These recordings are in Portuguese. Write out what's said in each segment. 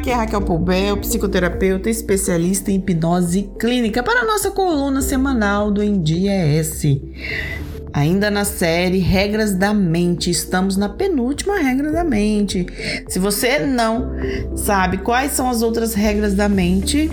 aqui é Raquel Poubel, psicoterapeuta especialista em hipnose clínica, para a nossa coluna semanal do Em Dia S. Ainda na série Regras da Mente, estamos na penúltima regra da mente. Se você não sabe quais são as outras regras da mente,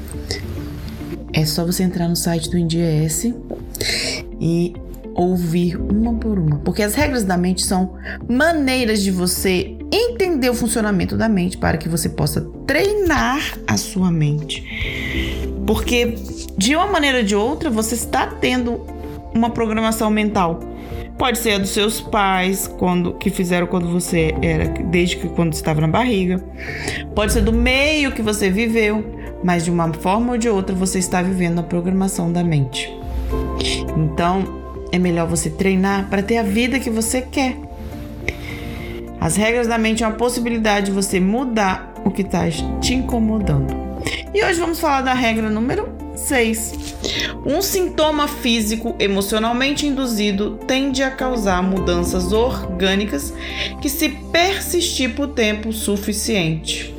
é só você entrar no site do Em Dia S e ouvir uma por uma, porque as regras da mente são maneiras de você entender o funcionamento da mente para que você possa treinar a sua mente, porque de uma maneira ou de outra você está tendo uma programação mental. Pode ser a dos seus pais, que fizeram quando você era, desde que quando estava na barriga, pode ser do meio que você viveu, mas de uma forma ou de outra você está vivendo a programação da mente. Então é melhor você treinar para ter a vida que você quer. As regras da mente é uma possibilidade de você mudar o que está te incomodando. E hoje vamos falar da regra número 6. Um sintoma físico emocionalmente induzido tende a causar mudanças orgânicas que, se persistir por tempo suficiente.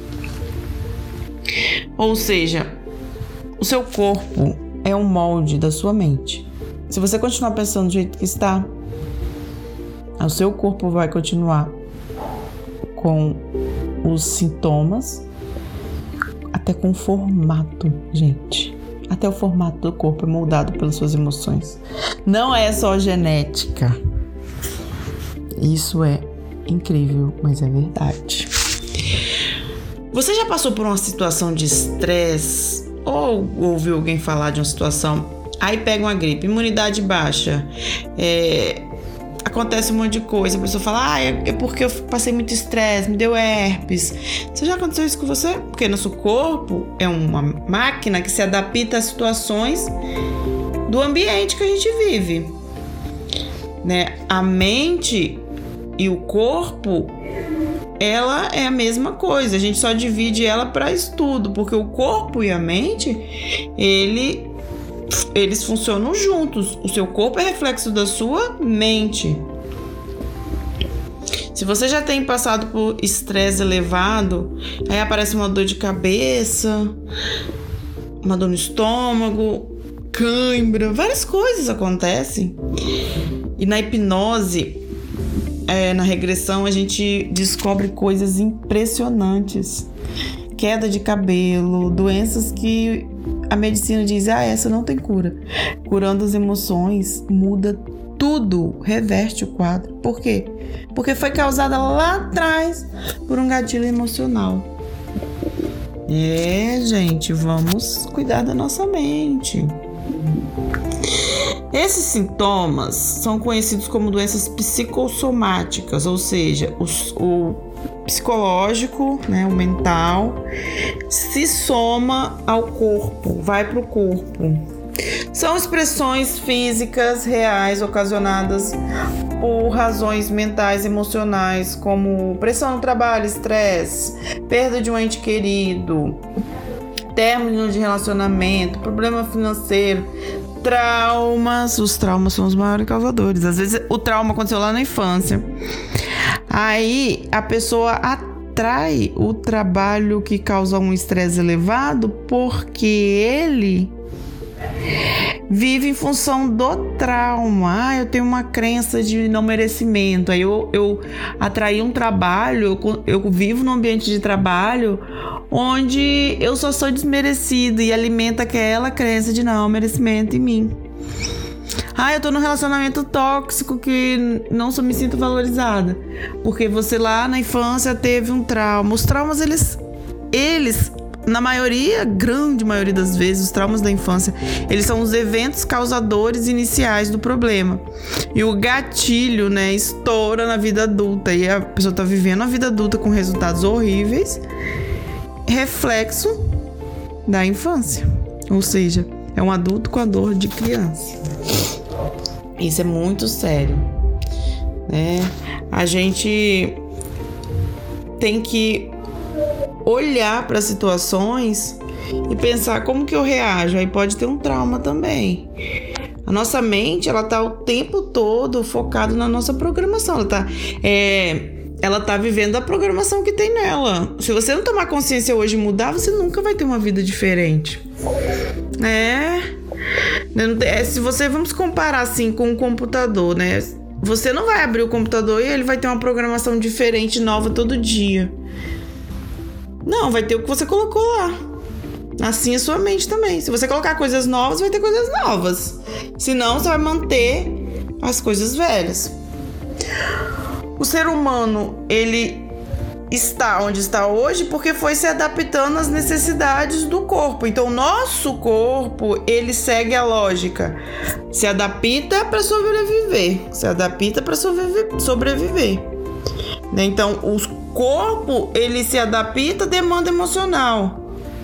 Ou seja, o seu corpo é um molde da sua mente. Se você continuar pensando do jeito que está, o seu corpo vai continuar com os sintomas, até com o formato, gente. Até o formato do corpo é moldado pelas suas emoções. Não é só genética. Isso é incrível, mas é verdade. Você já passou por uma situação de estresse ou ouviu alguém falar de uma situação, aí pega uma gripe, imunidade baixa, acontece um monte de coisa, a pessoa fala, é porque eu passei muito estresse, me deu herpes. Você já aconteceu isso com você? Porque nosso corpo é uma máquina que se adapta às situações do ambiente que a gente vive, né? A mente e o corpo, ela é a mesma coisa, a gente só divide ela para estudo, porque o corpo e a mente, eles funcionam juntos. O seu corpo é reflexo da sua mente. Se você já tem passado por estresse elevado, aí aparece uma dor de cabeça, uma dor no estômago, cãibra, várias coisas acontecem. E na hipnose, na regressão, a gente descobre coisas impressionantes. Queda de cabelo, doenças que a medicina diz, essa não tem cura. Curando as emoções, muda tudo, reverte o quadro. Por quê? Porque foi causada lá atrás por um gatilho emocional. Gente, vamos cuidar da nossa mente. Esses sintomas são conhecidos como doenças psicossomáticas, ou seja, o psicológico, né, o mental, se soma ao corpo, vai para o corpo. São expressões físicas reais ocasionadas por razões mentais e emocionais, como pressão no trabalho, estresse, perda de um ente querido, término de relacionamento, problema financeiro, traumas. Os traumas são os maiores causadores. Às vezes o trauma aconteceu lá na infância. Aí a pessoa atrai o trabalho que causa um estresse elevado porque ele vive em função do trauma. Eu tenho uma crença de não merecimento. Aí eu atraí um trabalho, eu vivo num ambiente de trabalho onde eu só sou desmerecida e alimenta aquela crença de não merecimento em mim. Eu tô num relacionamento tóxico que não me sinto valorizada. Porque você lá na infância teve um trauma. Os traumas, eles na grande maioria das vezes, os traumas da infância, eles são os eventos causadores iniciais do problema. E o gatilho, né, estoura na vida adulta. E a pessoa tá vivendo a vida adulta com resultados horríveis, reflexo da infância. Ou seja, é um adulto com a dor de criança. Isso é muito sério, né? A gente tem que olhar para as situações e pensar como que eu reajo. Aí pode ter um trauma também. A nossa mente, ela tá o tempo todo focada na nossa programação. ela tá vivendo a programação que tem nela. Se você não tomar consciência hoje e mudar, você nunca vai ter uma vida diferente. Se você, vamos comparar assim com um computador, né? Você não vai abrir o computador e ele vai ter uma programação diferente, nova todo dia. Não, vai ter o que você colocou lá. Assim é sua mente também. Se você colocar coisas novas, vai ter coisas novas. Senão, você vai manter as coisas velhas. O ser humano, ele está onde está hoje porque foi se adaptando às necessidades do corpo. Então, o nosso corpo, ele segue a lógica. Se adapta para sobreviver. Se adapta para sobreviver. Então, o corpo, ele se adapta à demanda emocional.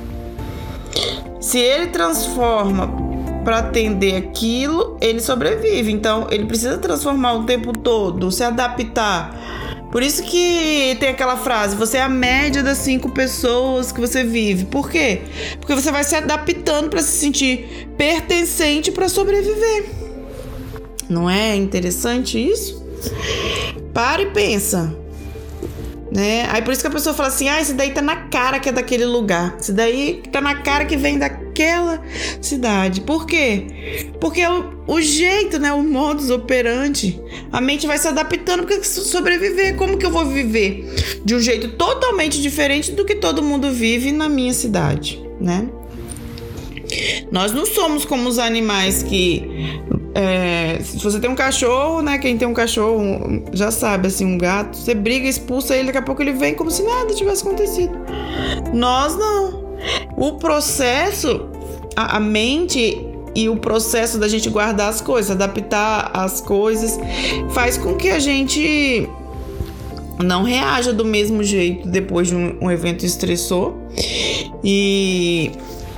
Se ele transforma para atender aquilo, ele sobrevive. Então, ele precisa transformar o tempo todo, se adaptar. Por isso que tem aquela frase, você é a média das 5 pessoas que você vive. Por quê? Porque você vai se adaptando para se sentir pertencente para sobreviver. Não é interessante isso? Para e pensa. Né? Aí por isso que a pessoa fala assim, esse daí tá na cara que é daquele lugar, esse daí tá na cara que vem daquela cidade. Por quê? Porque é o jeito, né? O modus operandi. A mente vai se adaptando para sobreviver. Como que eu vou viver de um jeito totalmente diferente do que todo mundo vive na minha cidade, né? Nós não somos como os animais que... se você tem um cachorro, né? Quem tem um cachorro já sabe, assim, um gato. Você briga, expulsa ele, daqui a pouco ele vem como se nada tivesse acontecido. Nós não. O processo, a mente e o processo da gente guardar as coisas, adaptar as coisas, faz com que a gente não reaja do mesmo jeito depois de um evento estressor e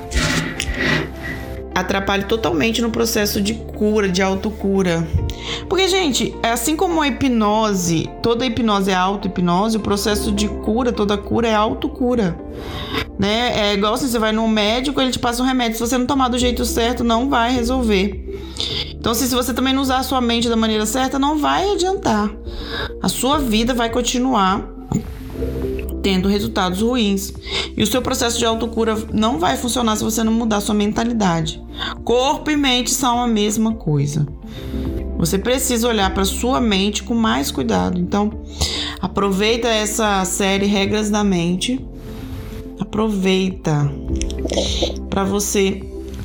atrapalha totalmente no processo de cura, de autocura. Porque, gente, assim como a hipnose, toda hipnose é auto-hipnose, o processo de cura, toda cura é autocura. Né? É igual assim, você vai no médico, ele te passa um remédio. Se você não tomar do jeito certo, não vai resolver. Então, se você também não usar a sua mente da maneira certa, não vai adiantar. A sua vida vai continuar tendo resultados ruins. E o seu processo de autocura não vai funcionar se você não mudar a sua mentalidade. Corpo e mente são a mesma coisa. Você precisa olhar para sua mente com mais cuidado. Então, aproveita essa série Regras da Mente. Aproveita para você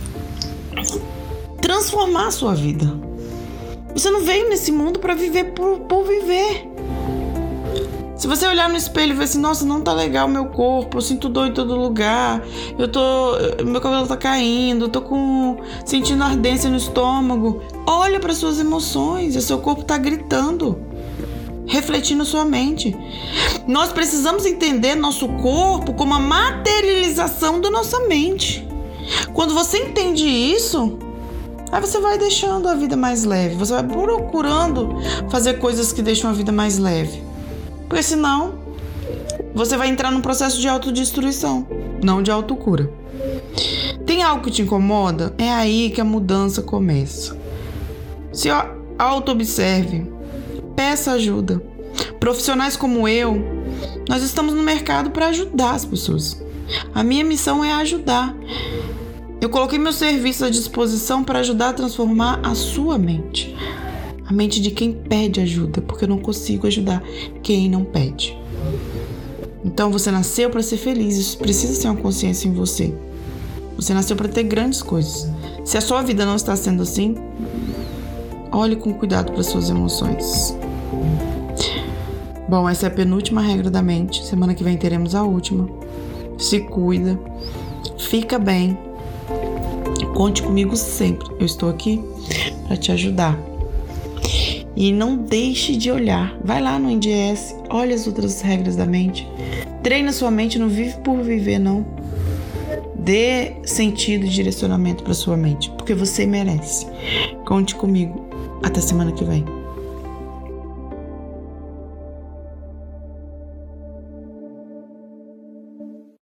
transformar a sua vida. Você não veio nesse mundo para viver por viver. Se você olhar no espelho e ver assim, nossa, não tá legal o meu corpo, eu sinto dor em todo lugar, meu cabelo tá caindo, eu tô sentindo ardência no estômago, olha para suas emoções, o seu corpo tá gritando, refletindo sua mente. Nós precisamos entender nosso corpo como a materialização da nossa mente. Quando você entende isso, aí você vai deixando a vida mais leve, você vai procurando fazer coisas que deixam a vida mais leve. Porque senão, você vai entrar num processo de autodestruição, não de autocura. Tem algo que te incomoda? É aí que a mudança começa. Se auto-observe, peça ajuda. Profissionais como eu, nós estamos no mercado para ajudar as pessoas. A minha missão é ajudar. Eu coloquei meu serviço à disposição para ajudar a transformar a sua mente. A mente de quem pede ajuda, porque eu não consigo ajudar quem não pede. Então você nasceu para ser feliz, isso precisa ser uma consciência em você. Você nasceu para ter grandes coisas. Se a sua vida não está sendo assim, olhe com cuidado para suas emoções. Bom, essa é a penúltima regra da mente. Semana que vem teremos a última. Se cuida, fica bem. Conte comigo sempre. Eu estou aqui para te ajudar. E não deixe de olhar. Vai lá no NDS, olha as outras regras da mente. Treina sua mente, não vive por viver, não. Dê sentido e direcionamento para sua mente, porque você merece. Conte comigo. Até semana que vem.